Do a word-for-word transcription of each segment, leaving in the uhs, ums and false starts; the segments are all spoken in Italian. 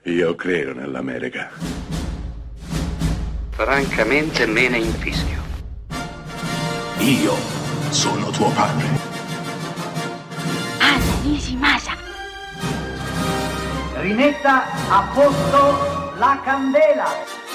Io credo nell'America. Francamente me ne infischio. Io sono tuo padre. Anna Nishimasa. Rimetta a posto la candela.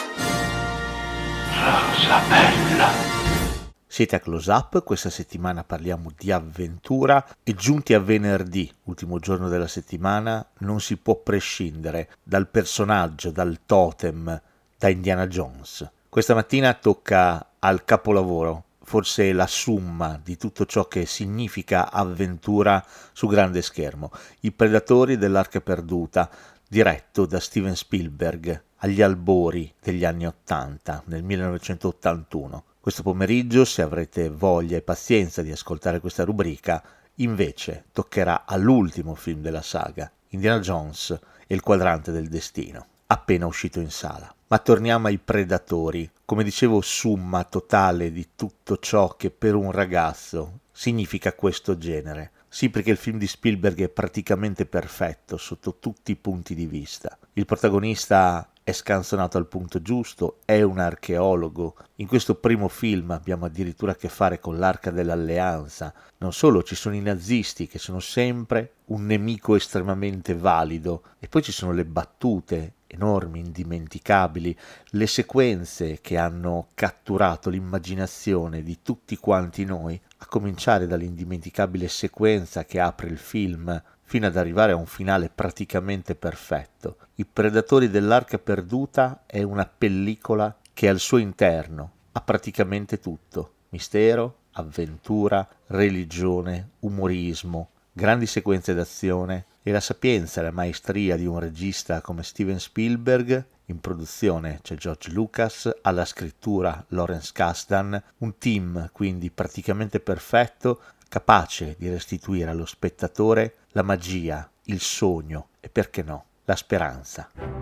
Rosa bella. Siete a Close Up, questa settimana parliamo di avventura e giunti a venerdì, ultimo giorno della settimana, non si può prescindere dal personaggio, dal totem, da Indiana Jones. Questa mattina tocca al capolavoro, forse la summa di tutto ciò che significa avventura su grande schermo, I Predatori dell'Arca Perduta, diretto da Steven Spielberg agli albori degli anni ottanta, nel millenovecentottantuno. Questo pomeriggio, se avrete voglia e pazienza di ascoltare questa rubrica, invece toccherà all'ultimo film della saga, Indiana Jones e il Quadrante del Destino, appena uscito in sala. Ma torniamo ai Predatori, come dicevo, summa totale di tutto ciò che per un ragazzo significa questo genere. Sì, perché il film di Spielberg è praticamente perfetto sotto tutti i punti di vista. Il protagonista è scansonato al punto giusto, è un archeologo. In questo primo film abbiamo addirittura a che fare con l'Arca dell'Alleanza. Non solo, ci sono i nazisti che sono sempre un nemico estremamente valido, e poi ci sono le battute enormi, indimenticabili, le sequenze che hanno catturato l'immaginazione di tutti quanti noi, a cominciare dall'indimenticabile sequenza che apre il film fino ad arrivare a un finale praticamente perfetto. I Predatori dell'Arca Perduta è una pellicola che al suo interno ha praticamente tutto: mistero, avventura, religione, umorismo, grandi sequenze d'azione e la sapienza e la maestria di un regista come Steven Spielberg. In produzione c'è George Lucas, alla scrittura Lawrence Kasdan, un team quindi praticamente perfetto, capace di restituire allo spettatore la magia, il sogno e, perché no, la speranza.